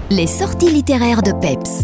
Les sorties littéraires de Peps.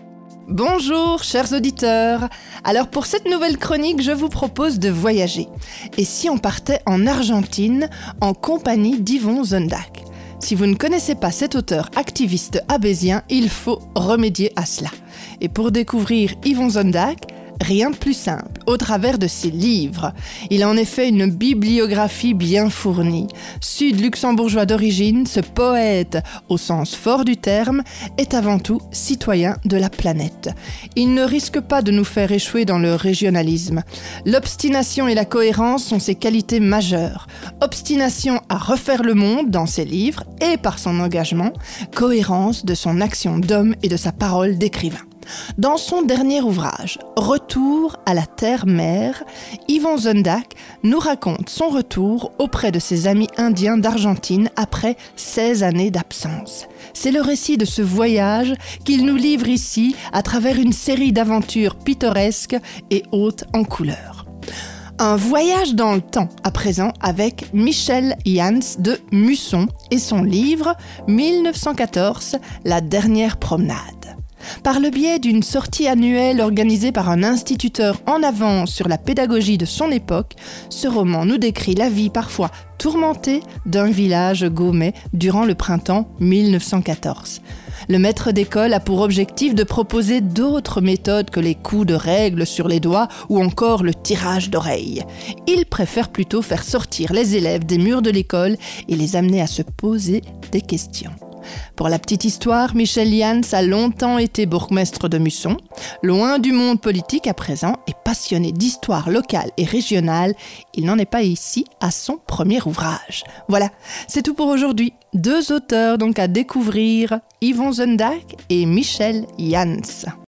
Bonjour chers auditeurs. Alors pour cette nouvelle chronique, je vous propose de voyager. Et si on partait en Argentine en compagnie d'Yvon Zundack? Si vous ne connaissez pas cet auteur activiste abésien, il faut remédier à cela. Et pour découvrir Yvon Zundack, rien de plus simple, au travers de ses livres. Il a en effet une bibliographie bien fournie. Sud-luxembourgeois d'origine, ce poète, au sens fort du terme, est avant tout citoyen de la planète. Il ne risque pas de nous faire échouer dans le régionalisme. L'obstination et la cohérence sont ses qualités majeures. Obstination à refaire le monde dans ses livres et par son engagement, cohérence de son action d'homme et de sa parole d'écrivain. Dans son dernier ouvrage, Retour à la Terre-Mère, Yvon Zundack nous raconte son retour auprès de ses amis indiens d'Argentine après 16 années d'absence. C'est le récit de ce voyage qu'il nous livre ici à travers une série d'aventures pittoresques et hautes en couleurs. Un voyage dans le temps à présent avec Michel Yans de Musson et son livre 1914, La dernière promenade. Par le biais d'une sortie annuelle organisée par un instituteur en avance sur la pédagogie de son époque, ce roman nous décrit la vie parfois tourmentée d'un village gaumais durant le printemps 1914. Le maître d'école a pour objectif de proposer d'autres méthodes que les coups de règle sur les doigts ou encore le tirage d'oreilles. Il préfère plutôt faire sortir les élèves des murs de l'école et les amener à se poser des questions. Pour la petite histoire, Michel Yans a longtemps été bourgmestre de Musson, loin du monde politique à présent et passionné d'histoire locale et régionale. Il n'en est pas ici à son premier ouvrage. Voilà, c'est tout pour aujourd'hui. 2 auteurs donc à découvrir, Yvon Zundack et Michel Yans.